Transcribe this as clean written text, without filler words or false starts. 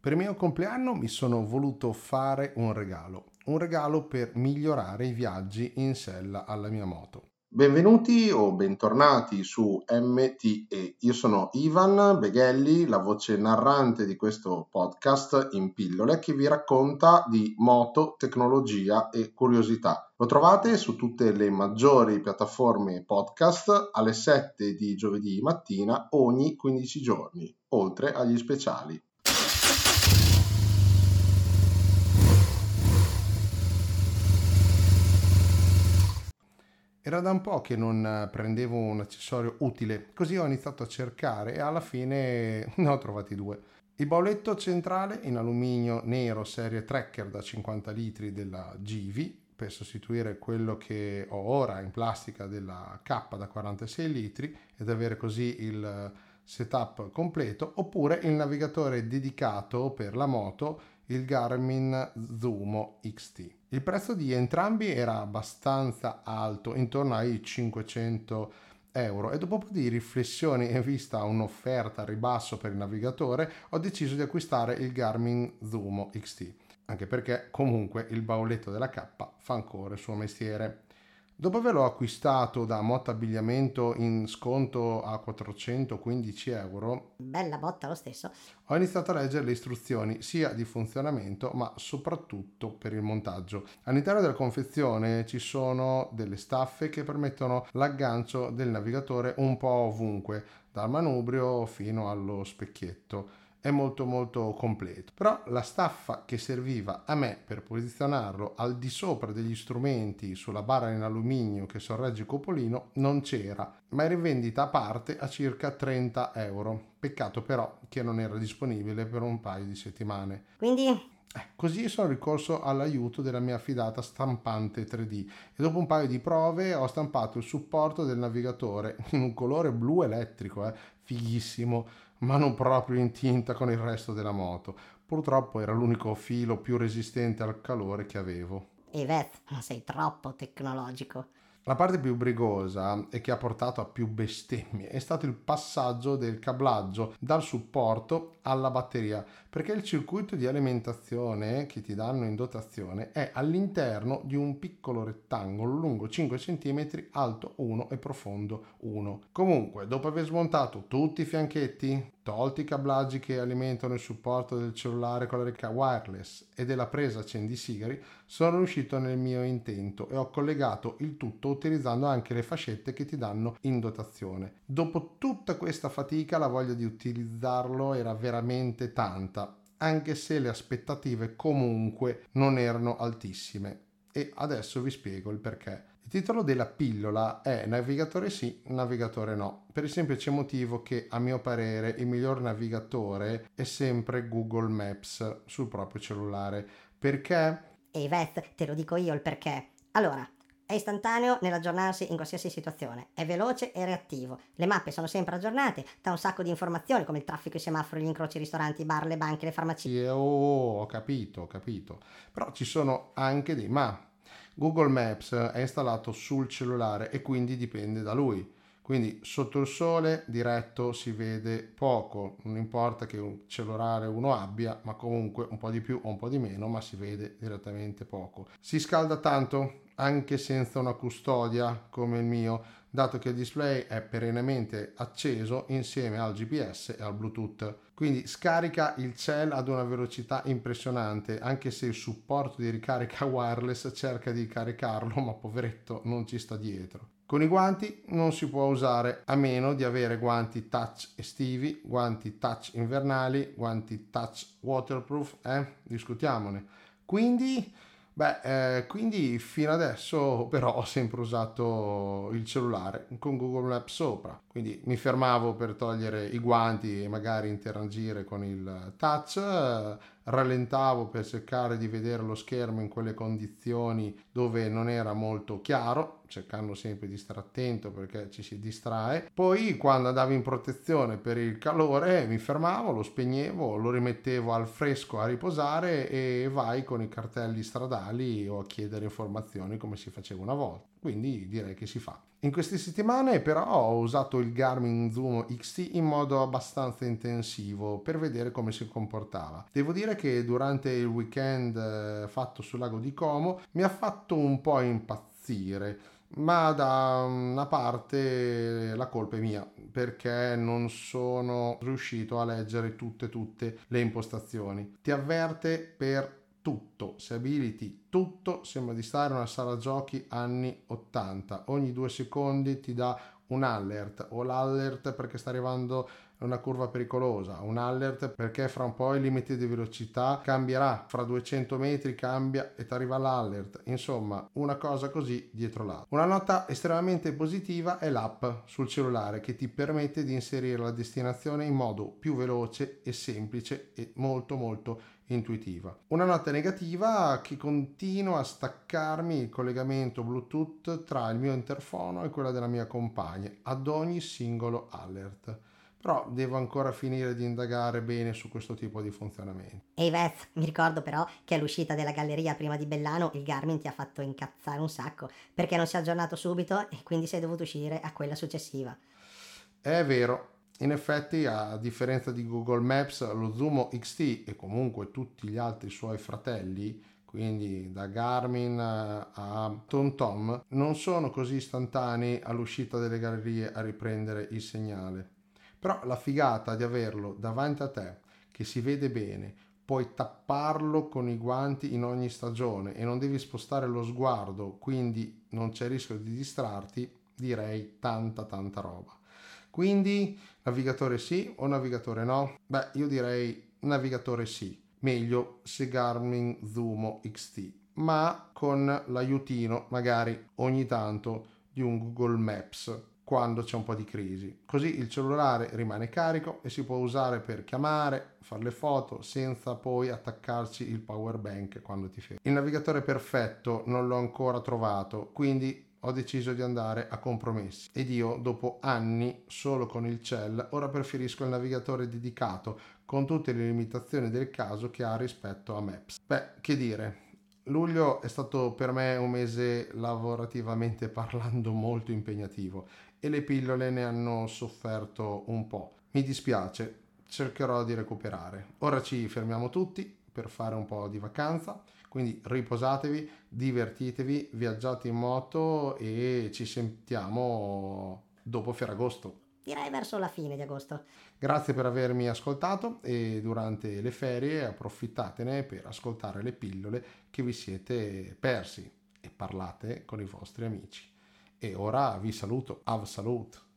Per il mio compleanno mi sono voluto fare un regalo per migliorare i viaggi in sella alla mia moto. Benvenuti o bentornati su MTE. Io sono Ivan Beghelli, la voce narrante di questo podcast in pillole che vi racconta di moto, tecnologia e curiosità. Lo trovate su tutte le maggiori piattaforme podcast alle 7 di giovedì mattina ogni 15 giorni, oltre agli speciali. Era da un po' che non prendevo un accessorio utile, così ho iniziato a cercare e alla fine ne ho trovati due. Il bauletto centrale in alluminio nero serie Trekker da 50 litri della Givi, per sostituire quello che ho ora in plastica della K da 46 litri ed avere così il setup completo, oppure il navigatore dedicato per la moto, il Garmin Zumo XT. Il prezzo di entrambi era abbastanza alto, intorno ai 500 euro, e dopo un po' di riflessioni e vista un'offerta a ribasso per il navigatore, ho deciso di acquistare il Garmin Zumo XT, anche perché comunque il bauletto della K fa ancora il suo mestiere. Dopo averlo acquistato da Motta Abbigliamento in sconto a 415 euro, Bella botta lo stesso. ho iniziato a leggere le istruzioni sia di funzionamento ma soprattutto per il montaggio. All'interno della confezione ci sono delle staffe che permettono l'aggancio del navigatore un po' ovunque, dal manubrio fino allo specchietto. È molto completo, però la staffa che serviva a me per posizionarlo al di sopra degli strumenti sulla barra in alluminio che sorregge il cupolino non c'era, ma era in vendita a parte a circa 30 euro. Peccato però che non era disponibile per un paio di settimane. Quindi, Così sono ricorso all'aiuto della mia affidata stampante 3D e dopo un paio di prove ho stampato il supporto del navigatore in un colore blu elettrico, fighissimo, ma non proprio in tinta con il resto della moto. Purtroppo era l'unico filo più resistente al calore che avevo. Yvette, sei troppo tecnologico. La parte più brigosa e che ha portato a più bestemmie è stato il passaggio del cablaggio dal supporto alla batteria, perché il circuito di alimentazione che ti danno in dotazione è all'interno di un piccolo rettangolo lungo 5 cm, alto 1 e profondo 1. Comunque, dopo aver smontato tutti i fianchetti, tolti i cablaggi che alimentano il supporto del cellulare con la ricca wireless e della presa accendisigari, sono riuscito nel mio intento e ho collegato il tutto utilizzando anche le fascette che ti danno in dotazione. Dopo tutta questa fatica la voglia di utilizzarlo era veramente tanta, anche se le aspettative comunque non erano altissime. E adesso vi spiego il perché. Il titolo della pillola è navigatore sì, navigatore no, per il semplice motivo che a mio parere il miglior navigatore è sempre Google Maps sul proprio cellulare. Perché? E Yvette, te lo dico io il perché. Allora, è istantaneo nell'aggiornarsi in qualsiasi situazione, è veloce e reattivo, le mappe sono sempre aggiornate, dà un sacco di informazioni come il traffico, i semafori, gli incroci, i ristoranti, i bar, le banche, le farmacie. Ho capito. Però ci sono anche dei ma. Google Maps è installato sul cellulare e quindi dipende da lui. Quindi sotto il sole diretto si vede poco, non importa che un cellulare uno abbia, ma comunque un po' di più o un po' di meno, ma si vede direttamente poco. Si scalda tanto anche senza una custodia come il mio, dato che il display è perennemente acceso insieme al GPS e al Bluetooth. Quindi scarica il cell ad una velocità impressionante, anche se il supporto di ricarica wireless cerca di caricarlo, ma poveretto non ci sta dietro. Con i guanti non si può usare a meno di avere guanti touch estivi, guanti touch invernali, guanti touch waterproof, discutiamone. Quindi fino adesso però ho sempre usato il cellulare con Google Maps sopra, quindi mi fermavo per togliere i guanti e magari interagire con il touch, rallentavo per cercare di vedere lo schermo in quelle condizioni dove non era molto chiaro, cercando sempre di stare attento perché ci si distrae. Poi quando andavo in protezione per il calore mi fermavo, lo spegnevo, lo rimettevo al fresco a riposare e vai con i cartelli stradali o a chiedere informazioni come si faceva una volta. Quindi direi che si fa. In queste settimane però ho usato il Garmin Zumo XT in modo abbastanza intensivo per vedere come si comportava. Devo dire che durante il weekend fatto sul lago di Como mi ha fatto un po' impazzire, ma da una parte la colpa è mia perché non sono riuscito a leggere tutte le impostazioni. Ti avverte per tutto, se abiliti tutto sembra di stare in una sala giochi anni 80. Ogni 2 secondi ti dà un alert, o l'alert perché sta arrivando una curva pericolosa, un alert perché fra un po' il limite di velocità cambierà, fra 200 metri cambia e ti arriva l'alert. Insomma, una cosa così dietro l'altra. Una nota estremamente positiva è l'app sul cellulare che ti permette di inserire la destinazione in modo più veloce e semplice e molto intuitiva. Una nota negativa che continua a staccarmi il collegamento Bluetooth tra il mio interfono e quello della mia compagna ad ogni singolo alert. Però devo ancora finire di indagare bene su questo tipo di funzionamento. Ehi Vez, mi ricordo però che all'uscita della galleria prima di Bellano il Garmin ti ha fatto incazzare un sacco perché non si è aggiornato subito e quindi sei dovuto uscire a quella successiva. È vero, in effetti a differenza di Google Maps, lo Zumo XT e comunque tutti gli altri suoi fratelli, quindi da Garmin a TomTom, non sono così istantanei all'uscita delle gallerie a riprendere il segnale. Però la figata di averlo davanti a te, che si vede bene, puoi tapparlo con i guanti in ogni stagione e non devi spostare lo sguardo, quindi non c'è rischio di distrarti, direi tanta roba. Quindi navigatore sì o navigatore no? Beh, io direi navigatore sì, meglio se Garmin Zumo XT, ma con l'aiutino magari ogni tanto di un Google Maps quando c'è un po' di crisi. Così il cellulare rimane carico e si può usare per chiamare, fare le foto senza poi attaccarci il power bank quando ti fermi. Il navigatore perfetto non l'ho ancora trovato, quindi ho deciso di andare a compromessi ed io dopo anni solo con il cell ora preferisco il navigatore dedicato con tutte le limitazioni del caso che ha rispetto a Maps. Beh, che dire, luglio è stato per me un mese lavorativamente parlando molto impegnativo e le pillole ne hanno sofferto un po'. Mi dispiace, cercherò di recuperare. Ora ci fermiamo tutti per fare un po' di vacanza, quindi riposatevi, divertitevi, viaggiate in moto e ci sentiamo dopo Ferragosto. Direi verso la fine di agosto. Grazie per avermi ascoltato e durante le ferie approfittatene per ascoltare le pillole che vi siete persi e parlate con i vostri amici. E ora vi saluto. Av salut!